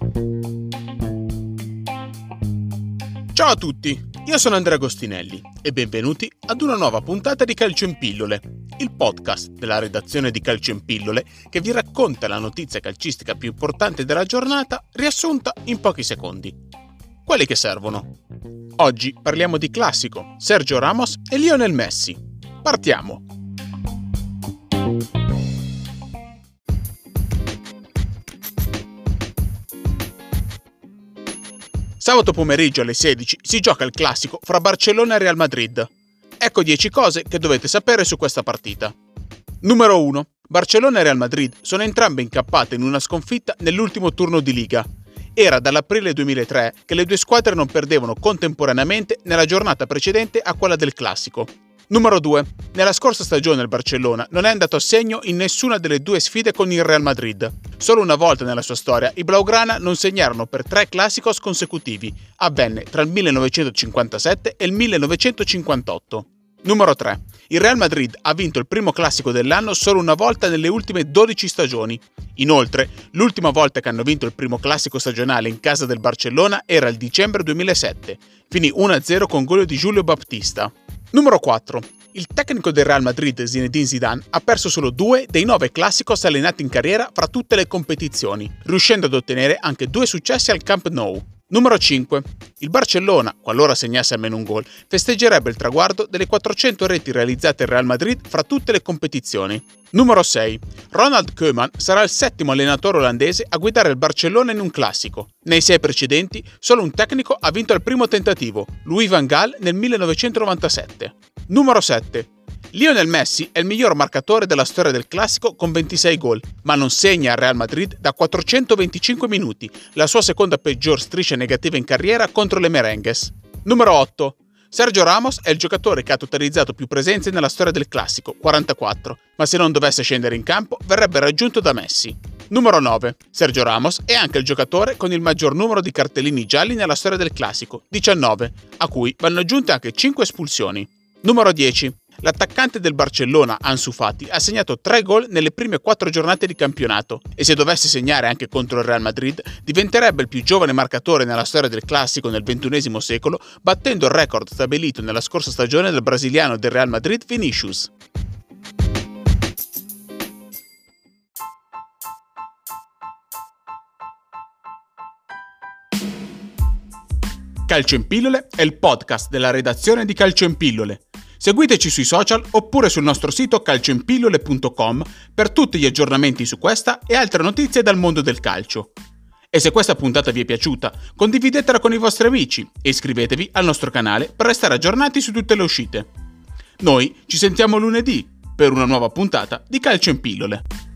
Ciao a tutti, io sono Andrea Agostinelli e benvenuti ad una nuova puntata di Calcio in Pillole, il podcast della redazione di Calcio in Pillole che vi racconta la notizia calcistica più importante della giornata riassunta in pochi secondi. Quelli che servono. Oggi parliamo di classico, Sergio Ramos e Lionel Messi. Partiamo! Sabato pomeriggio alle 16 si gioca il classico fra Barcellona e Real Madrid. Ecco 10 cose che dovete sapere su questa partita. Numero 1. Barcellona e Real Madrid sono entrambe incappate in una sconfitta nell'ultimo turno di Liga. Era dall'aprile 2003 che le due squadre non perdevano contemporaneamente nella giornata precedente a quella del classico. Numero 2. Nella scorsa stagione il Barcellona non è andato a segno in nessuna delle due sfide con il Real Madrid. Solo una volta nella sua storia i Blaugrana non segnarono per 3 classicos consecutivi. Avvenne tra il 1957 e il 1958. Numero 3. Il Real Madrid ha vinto il primo classico dell'anno solo una volta nelle ultime 12 stagioni. Inoltre, l'ultima volta che hanno vinto il primo classico stagionale in casa del Barcellona era il dicembre 2007. Finì 1-0 con gol di Julio Baptista. Numero 4. Il tecnico del Real Madrid, Zinedine Zidane, ha perso solo 2 dei 9 classicos allenati in carriera fra tutte le competizioni, riuscendo ad ottenere anche 2 successi al Camp Nou. Numero 5. Il Barcellona, qualora segnasse almeno un gol, festeggerebbe il traguardo delle 400 reti realizzate al Real Madrid fra tutte le competizioni. Numero 6. Ronald Koeman sarà il 7° allenatore olandese a guidare il Barcellona in un classico. Nei 6 precedenti, solo un tecnico ha vinto al primo tentativo, Louis van Gaal nel 1997. Numero 7. Lionel Messi è il miglior marcatore della storia del classico con 26 gol, ma non segna al Real Madrid da 425 minuti, la sua seconda peggior striscia negativa in carriera contro le Merengues. Numero 8. Sergio Ramos è il giocatore che ha totalizzato più presenze nella storia del classico, 44, ma se non dovesse scendere in campo verrebbe raggiunto da Messi. Numero 9. Sergio Ramos è anche il giocatore con il maggior numero di cartellini gialli nella storia del classico, 19, a cui vanno aggiunte anche 5 espulsioni. Numero 10. L'attaccante del Barcellona, Ansu Fati, ha segnato 3 gol nelle prime 4 giornate di campionato e se dovesse segnare anche contro il Real Madrid diventerebbe il più giovane marcatore nella storia del classico nel XXI secolo, battendo il record stabilito nella scorsa stagione del brasiliano del Real Madrid Vinícius. Calcio in Pillole è il podcast della redazione di Calcio in Pillole. Seguiteci sui social oppure sul nostro sito calcioinpillole.com per tutti gli aggiornamenti su questa e altre notizie dal mondo del calcio. E se questa puntata vi è piaciuta, condividetela con i vostri amici e iscrivetevi al nostro canale per restare aggiornati su tutte le uscite. Noi ci sentiamo lunedì per una nuova puntata di Calcio in Pillole.